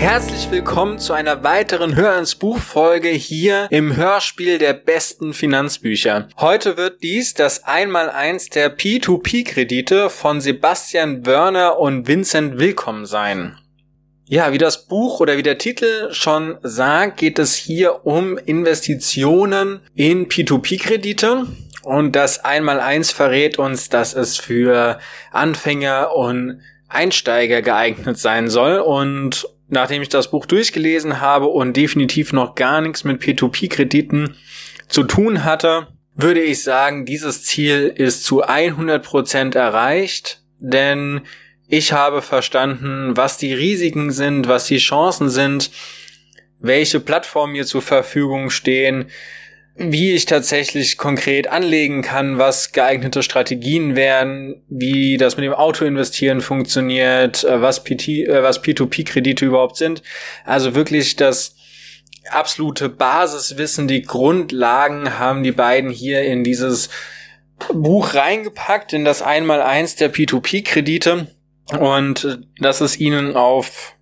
Herzlich willkommen zu einer weiteren Hör ins Buch-Folge hier im Hörspiel der besten Finanzbücher. Heute wird dies das Einmaleins der P2P-Kredite von Sebastian Wörner und Vincent Willkomm sein. Ja, wie das Buch oder wie der Titel schon sagt, geht es hier um Investitionen in P2P-Kredite. Und das Einmaleins verrät uns, dass es für Anfänger und Einsteiger geeignet sein soll. Und nachdem ich das Buch durchgelesen habe und definitiv noch gar nichts mit P2P-Krediten zu tun hatte, würde ich sagen, dieses Ziel ist zu 100% erreicht, denn ich habe verstanden, was die Risiken sind, was die Chancen sind, welche Plattformen mir zur Verfügung stehen, wie ich tatsächlich konkret anlegen kann, was geeignete Strategien wären, wie das mit dem Auto-Investieren funktioniert, was P2P-Kredite überhaupt sind. Also wirklich das absolute Basiswissen, die Grundlagen haben die beiden hier in dieses Buch reingepackt, in das Einmaleins der P2P-Kredite. Und das ist ihnen auf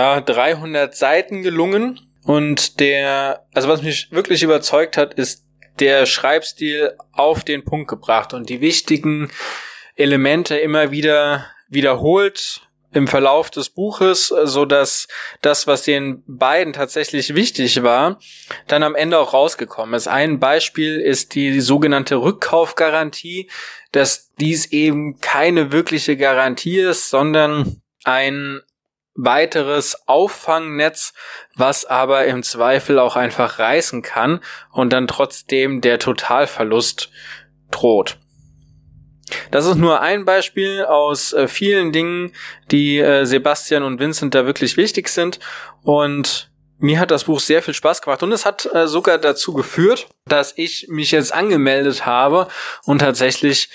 300 Seiten gelungen. Und was mich wirklich überzeugt hat, ist der Schreibstil auf den Punkt gebracht und die wichtigen Elemente immer wieder wiederholt im Verlauf des Buches, so dass das, was den beiden tatsächlich wichtig war, dann am Ende auch rausgekommen ist. Ein Beispiel ist die sogenannte Rückkaufgarantie, dass dies eben keine wirkliche Garantie ist, sondern ein weiteres Auffangnetz, was aber im Zweifel auch einfach reißen kann und dann trotzdem der Totalverlust droht. Das ist nur ein Beispiel aus vielen Dingen, die Sebastian und Vincent da wirklich wichtig sind, und mir hat das Buch sehr viel Spaß gemacht und es hat sogar dazu geführt, dass ich mich jetzt angemeldet habe und tatsächlich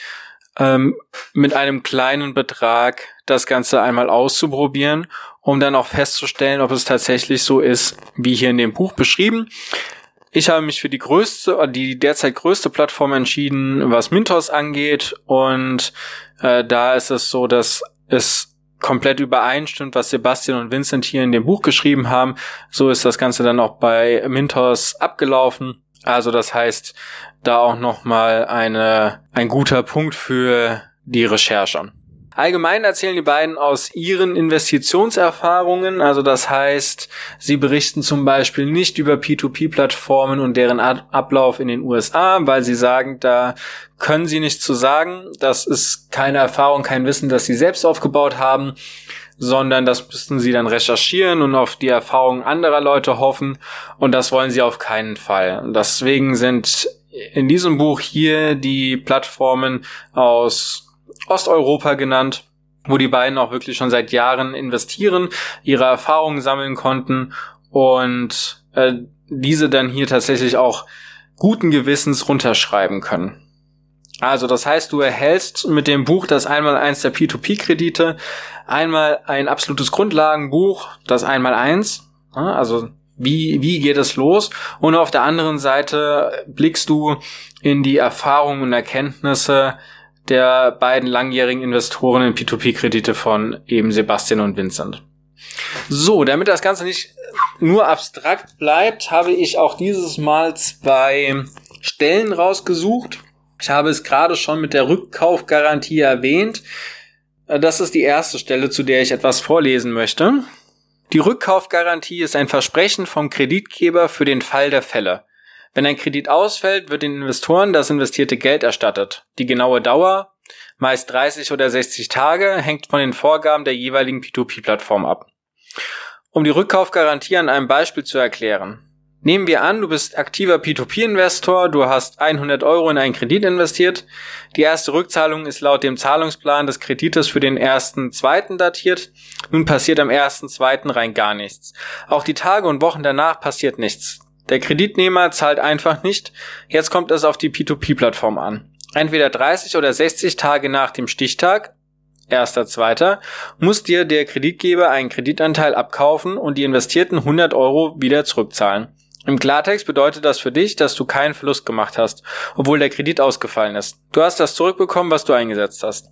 mit einem kleinen Betrag das Ganze einmal auszuprobieren, um dann auch festzustellen, ob es tatsächlich so ist, wie hier in dem Buch beschrieben. Ich habe mich für die derzeit größte Plattform entschieden, was Mintos angeht, und da ist es so, dass es komplett übereinstimmt, was Sebastian und Vincent hier in dem Buch geschrieben haben. So ist das Ganze dann auch bei Mintos abgelaufen. Also das heißt, da auch nochmal ein guter Punkt für die Recherche. Allgemein erzählen die beiden aus ihren Investitionserfahrungen, also das heißt, sie berichten zum Beispiel nicht über P2P-Plattformen und deren Ablauf in den USA, weil sie sagen, da können sie nichts zu sagen, das ist keine Erfahrung, kein Wissen, das sie selbst aufgebaut haben, sondern das müssten sie dann recherchieren und auf die Erfahrungen anderer Leute hoffen, und das wollen sie auf keinen Fall. Deswegen sind in diesem Buch hier die Plattformen aus Osteuropa genannt, wo die beiden auch wirklich schon seit Jahren investieren, ihre Erfahrungen sammeln konnten und diese dann hier tatsächlich auch guten Gewissens runterschreiben können. Also das heißt, du erhältst mit dem Buch das Einmaleins der P2P-Kredite einmal ein absolutes Grundlagenbuch, das Einmaleins, also wie geht es los, und auf der anderen Seite blickst du in die Erfahrungen und Erkenntnisse der beiden langjährigen Investoren in P2P-Kredite von eben Sebastian und Vincent. So, damit das Ganze nicht nur abstrakt bleibt, habe ich auch dieses Mal 2 Stellen rausgesucht. Ich habe es gerade schon mit der Rückkaufgarantie erwähnt. Das ist die erste Stelle, zu der ich etwas vorlesen möchte. Die Rückkaufgarantie ist ein Versprechen vom Kreditgeber für den Fall der Fälle. Wenn ein Kredit ausfällt, wird den Investoren das investierte Geld erstattet. Die genaue Dauer, meist 30 oder 60 Tage, hängt von den Vorgaben der jeweiligen P2P-Plattform ab. Um die Rückkaufgarantie an einem Beispiel zu erklären. Nehmen wir an, du bist aktiver P2P-Investor, du hast 100 € in einen Kredit investiert. Die erste Rückzahlung ist laut dem Zahlungsplan des Kredites für den 1.2. datiert. Nun passiert am 1.2. rein gar nichts. Auch die Tage und Wochen danach passiert nichts. Der Kreditnehmer zahlt einfach nicht. Jetzt kommt es auf die P2P-Plattform an. Entweder 30 oder 60 Tage nach dem Stichtag, 1.2., muss dir der Kreditgeber einen Kreditanteil abkaufen und die investierten 100 € wieder zurückzahlen. Im Klartext bedeutet das für dich, dass du keinen Verlust gemacht hast, obwohl der Kredit ausgefallen ist. Du hast das zurückbekommen, was du eingesetzt hast.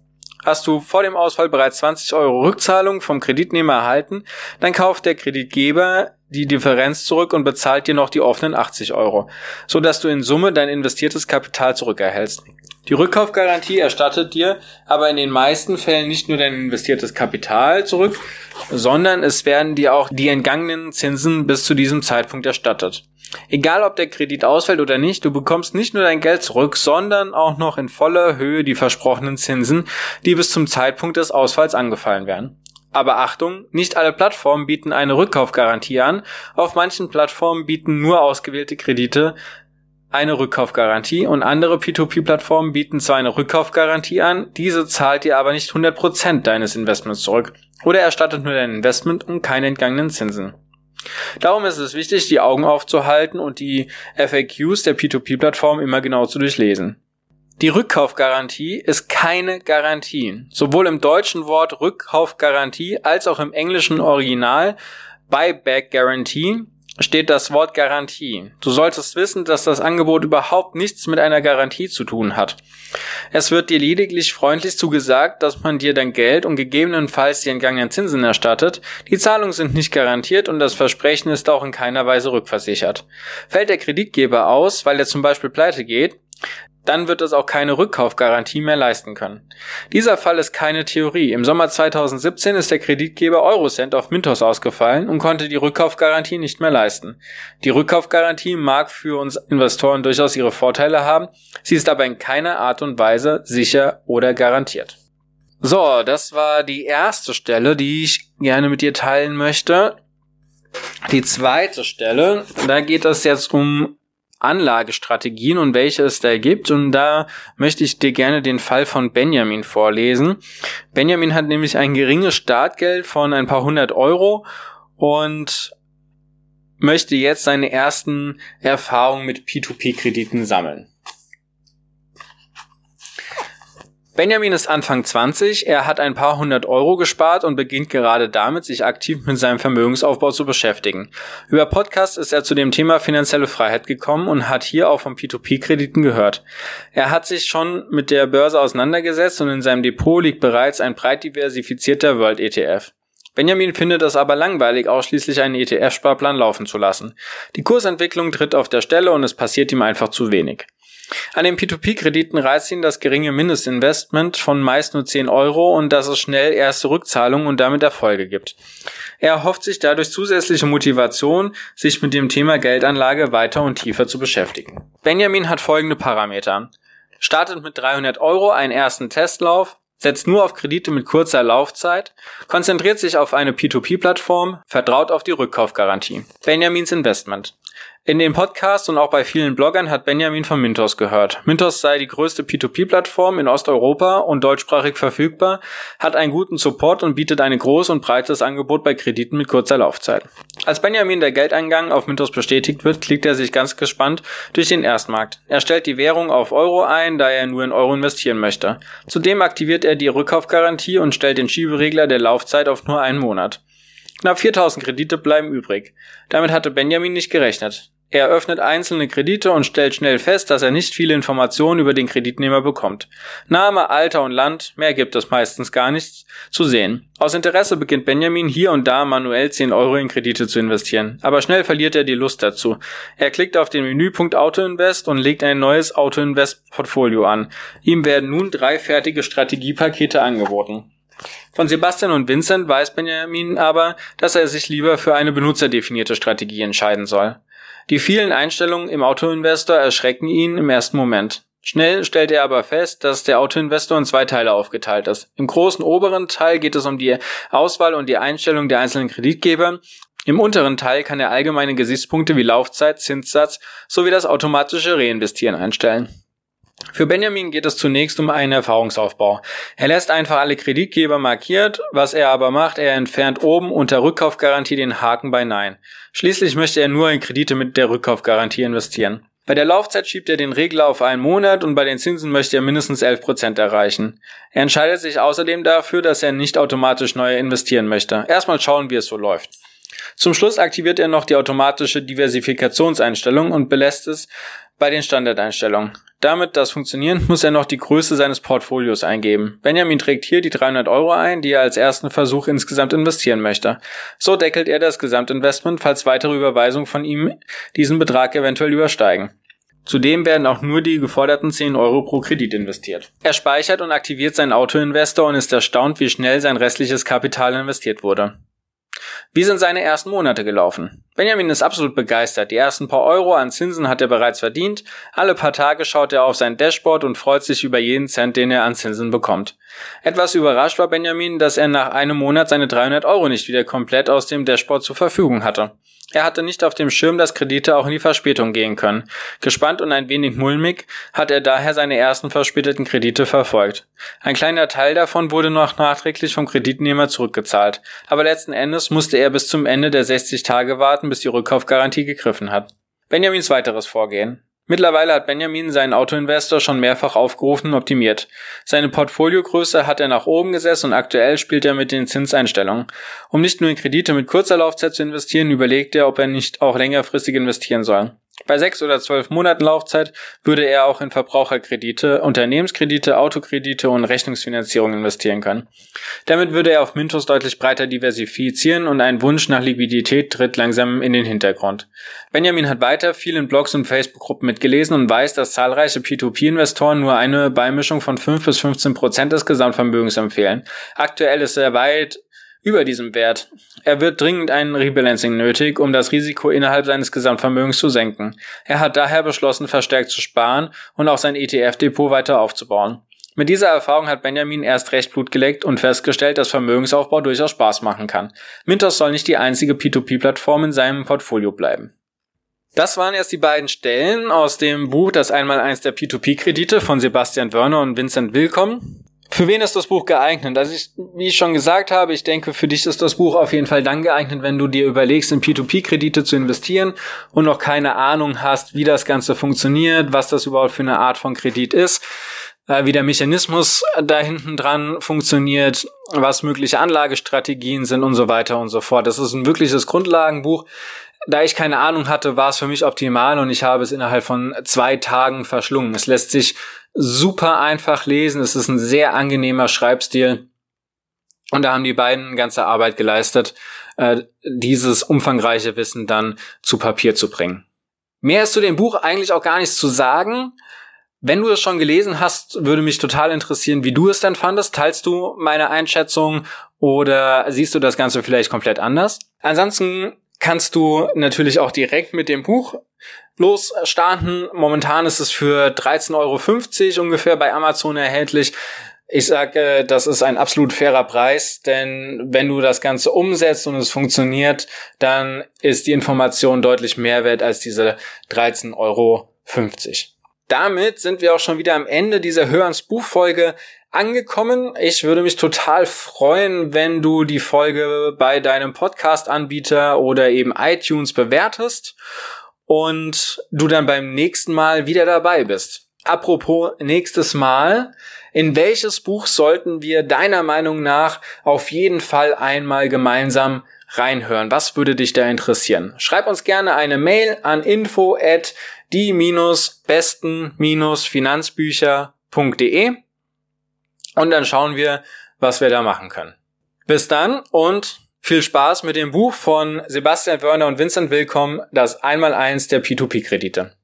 Hast du vor dem Ausfall bereits 20 Euro Rückzahlung vom Kreditnehmer erhalten, dann kauft der Kreditgeber die Differenz zurück und bezahlt dir noch die offenen 80 Euro, sodass du in Summe dein investiertes Kapital zurückerhältst. Die Rückkaufgarantie erstattet dir aber in den meisten Fällen nicht nur dein investiertes Kapital zurück, sondern es werden dir auch die entgangenen Zinsen bis zu diesem Zeitpunkt erstattet. Egal ob der Kredit ausfällt oder nicht, du bekommst nicht nur dein Geld zurück, sondern auch noch in voller Höhe die versprochenen Zinsen, die bis zum Zeitpunkt des Ausfalls angefallen werden. Aber Achtung, nicht alle Plattformen bieten eine Rückkaufgarantie an. Auf manchen Plattformen bieten nur ausgewählte Kredite eine Rückkaufgarantie und andere P2P-Plattformen bieten zwar eine Rückkaufgarantie an, diese zahlt dir aber nicht 100% deines Investments zurück oder erstattet nur dein Investment und keine entgangenen Zinsen. Darum ist es wichtig, die Augen aufzuhalten und die FAQs der P2P-Plattform immer genau zu durchlesen. Die Rückkaufgarantie ist keine Garantie. Sowohl im deutschen Wort Rückkaufgarantie als auch im englischen Original Buyback Guarantee steht das Wort Garantie. Du solltest wissen, dass das Angebot überhaupt nichts mit einer Garantie zu tun hat. Es wird dir lediglich freundlich zugesagt, dass man dir dein Geld und gegebenenfalls die entgangenen Zinsen erstattet. Die Zahlungen sind nicht garantiert und das Versprechen ist auch in keiner Weise rückversichert. Fällt der Kreditgeber aus, weil er zum Beispiel pleite geht, dann wird es auch keine Rückkaufgarantie mehr leisten können. Dieser Fall ist keine Theorie. Im Sommer 2017 ist der Kreditgeber Eurocent auf Mintos ausgefallen und konnte die Rückkaufgarantie nicht mehr leisten. Die Rückkaufgarantie mag für uns Investoren durchaus ihre Vorteile haben, sie ist aber in keiner Art und Weise sicher oder garantiert. So, das war die erste Stelle, die ich gerne mit dir teilen möchte. Die zweite Stelle, da geht es jetzt um Anlagestrategien und welche es da gibt, und da möchte ich dir gerne den Fall von Benjamin vorlesen. Benjamin hat nämlich ein geringes Startgeld von ein paar 100 Euro und möchte jetzt seine ersten Erfahrungen mit P2P-Krediten sammeln. Benjamin ist Anfang 20, er hat ein paar 100 Euro gespart und beginnt gerade damit, sich aktiv mit seinem Vermögensaufbau zu beschäftigen. Über Podcast ist er zu dem Thema finanzielle Freiheit gekommen und hat hier auch von P2P-Krediten gehört. Er hat sich schon mit der Börse auseinandergesetzt und in seinem Depot liegt bereits ein breit diversifizierter World ETF. Benjamin findet es aber langweilig, ausschließlich einen ETF-Sparplan laufen zu lassen. Die Kursentwicklung tritt auf der Stelle und es passiert ihm einfach zu wenig. An den P2P-Krediten reizt ihn das geringe Mindestinvestment von meist nur 10 Euro und dass es schnell erste Rückzahlungen und damit Erfolge gibt. Er erhofft sich dadurch zusätzliche Motivation, sich mit dem Thema Geldanlage weiter und tiefer zu beschäftigen. Benjamin hat folgende Parameter: startet mit 300 Euro einen ersten Testlauf, setzt nur auf Kredite mit kurzer Laufzeit, konzentriert sich auf eine P2P-Plattform, vertraut auf die Rückkaufgarantie. Benjamins Investment. In dem Podcast und auch bei vielen Bloggern hat Benjamin von Mintos gehört. Mintos sei die größte P2P-Plattform in Osteuropa und deutschsprachig verfügbar, hat einen guten Support und bietet ein großes und breites Angebot bei Krediten mit kurzer Laufzeit. Als Benjamin der Geldeingang auf Mintos bestätigt wird, klickt er sich ganz gespannt durch den Erstmarkt. Er stellt die Währung auf Euro ein, da er nur in Euro investieren möchte. Zudem aktiviert er die Rückkaufgarantie und stellt den Schieberegler der Laufzeit auf nur einen Monat. Knapp 4.000 Kredite bleiben übrig. Damit hatte Benjamin nicht gerechnet. Er öffnet einzelne Kredite und stellt schnell fest, dass er nicht viele Informationen über den Kreditnehmer bekommt. Name, Alter und Land, mehr gibt es meistens gar nichts zu sehen. Aus Interesse beginnt Benjamin hier und da manuell 10 Euro in Kredite zu investieren. Aber schnell verliert er die Lust dazu. Er klickt auf den Menüpunkt Auto-Invest und legt ein neues Auto-Invest-Portfolio an. Ihm werden nun 3 fertige Strategiepakete angeboten. Von Sebastian und Vincent weiß Benjamin aber, dass er sich lieber für eine benutzerdefinierte Strategie entscheiden soll. Die vielen Einstellungen im Auto-Investor erschrecken ihn im ersten Moment. Schnell stellt er aber fest, dass der Auto-Investor in 2 Teile aufgeteilt ist. Im großen oberen Teil geht es um die Auswahl und die Einstellung der einzelnen Kreditgeber. Im unteren Teil kann er allgemeine Gesichtspunkte wie Laufzeit, Zinssatz sowie das automatische Reinvestieren einstellen. Für Benjamin geht es zunächst um einen Erfahrungsaufbau. Er lässt einfach alle Kreditgeber markiert, was er aber macht, er entfernt oben unter Rückkaufgarantie den Haken bei Nein. Schließlich möchte er nur in Kredite mit der Rückkaufgarantie investieren. Bei der Laufzeit schiebt er den Regler auf einen Monat und bei den Zinsen möchte er mindestens 11% erreichen. Er entscheidet sich außerdem dafür, dass er nicht automatisch neu investieren möchte. Erstmal schauen, wie es so läuft. Zum Schluss aktiviert er noch die automatische Diversifikationseinstellung und belässt es bei den Standardeinstellungen. Damit das funktionieren, muss er noch die Größe seines Portfolios eingeben. Benjamin trägt hier die 300 € ein, die er als ersten Versuch insgesamt investieren möchte. So deckelt er das Gesamtinvestment, falls weitere Überweisungen von ihm diesen Betrag eventuell übersteigen. Zudem werden auch nur die geforderten 10 € pro Kredit investiert. Er speichert und aktiviert seinen Auto-Investor und ist erstaunt, wie schnell sein restliches Kapital investiert wurde. Wie sind seine ersten Monate gelaufen? Benjamin ist absolut begeistert. Die ersten paar Euro an Zinsen hat er bereits verdient. Alle paar Tage schaut er auf sein Dashboard und freut sich über jeden Cent, den er an Zinsen bekommt. Etwas überrascht war Benjamin, dass er nach einem Monat seine 300 € nicht wieder komplett aus dem Dashboard zur Verfügung hatte. Er hatte nicht auf dem Schirm, dass Kredite auch in die Verspätung gehen können. Gespannt und ein wenig mulmig hat er daher seine ersten verspäteten Kredite verfolgt. Ein kleiner Teil davon wurde noch nachträglich vom Kreditnehmer zurückgezahlt, aber letzten Endes musste er bis zum Ende der 60 Tage warten, bis die Rückkaufgarantie gegriffen hat. Benjamins weiteres Vorgehen. Mittlerweile hat Benjamin seinen Auto-Investor schon mehrfach aufgerufen und optimiert. Seine Portfoliogröße hat er nach oben gesetzt und aktuell spielt er mit den Zinseinstellungen. Um nicht nur in Kredite mit kurzer Laufzeit zu investieren, überlegt er, ob er nicht auch längerfristig investieren soll. Bei 6 oder 12 Monaten Laufzeit würde er auch in Verbraucherkredite, Unternehmenskredite, Autokredite und Rechnungsfinanzierung investieren können. Damit würde er auf Mintos deutlich breiter diversifizieren und ein Wunsch nach Liquidität tritt langsam in den Hintergrund. Benjamin hat weiter viel in Blogs und Facebook-Gruppen mitgelesen und weiß, dass zahlreiche P2P-Investoren nur eine Beimischung von 5-15% des Gesamtvermögens empfehlen. Aktuell ist er weit über diesem Wert. Er wird dringend ein Rebalancing nötig, um das Risiko innerhalb seines Gesamtvermögens zu senken. Er hat daher beschlossen, verstärkt zu sparen und auch sein ETF-Depot weiter aufzubauen. Mit dieser Erfahrung hat Benjamin erst recht Blut geleckt und festgestellt, dass Vermögensaufbau durchaus Spaß machen kann. Mintos soll nicht die einzige P2P-Plattform in seinem Portfolio bleiben. Das waren erst die beiden Stellen aus dem Buch Das Einmaleins der P2P-Kredite von Sebastian Wörner und Vincent Willkomm. Für wen ist das Buch geeignet? Also wie ich schon gesagt habe, ich denke, für dich ist das Buch auf jeden Fall dann geeignet, wenn du dir überlegst, in P2P-Kredite zu investieren und noch keine Ahnung hast, wie das Ganze funktioniert, was das überhaupt für eine Art von Kredit ist, wie der Mechanismus da hinten dran funktioniert, was mögliche Anlagestrategien sind und so weiter und so fort. Das ist ein wirkliches Grundlagenbuch. Da ich keine Ahnung hatte, war es für mich optimal und ich habe es innerhalb von 2 Tagen verschlungen. Es lässt sich super einfach lesen, es ist ein sehr angenehmer Schreibstil und da haben die beiden ganze Arbeit geleistet, dieses umfangreiche Wissen dann zu Papier zu bringen. Mehr ist zu dem Buch eigentlich auch gar nichts zu sagen. Wenn du es schon gelesen hast, würde mich total interessieren, wie du es denn fandest. Teilst du meine Einschätzung oder siehst du das Ganze vielleicht komplett anders? Ansonsten kannst du natürlich auch direkt mit dem Buch losstarten. Momentan ist es für 13,50 € ungefähr bei Amazon erhältlich. Ich sage, das ist ein absolut fairer Preis, denn wenn du das Ganze umsetzt und es funktioniert, dann ist die Information deutlich mehr wert als diese 13,50 €. Damit sind wir auch schon wieder am Ende dieser Hör ans Buch Folge angekommen. Ich würde mich total freuen, wenn du die Folge bei deinem Podcast-Anbieter oder eben iTunes bewertest und du dann beim nächsten Mal wieder dabei bist. Apropos nächstes Mal, in welches Buch sollten wir deiner Meinung nach auf jeden Fall einmal gemeinsam reinhören? Was würde dich da interessieren? Schreib uns gerne eine Mail an info@die-besten-finanzbücher.de und dann schauen wir, was wir da machen können. Bis dann und viel Spaß mit dem Buch von Sebastian Wörner und Vincent Willkomm, das Einmaleins der P2P-Kredite.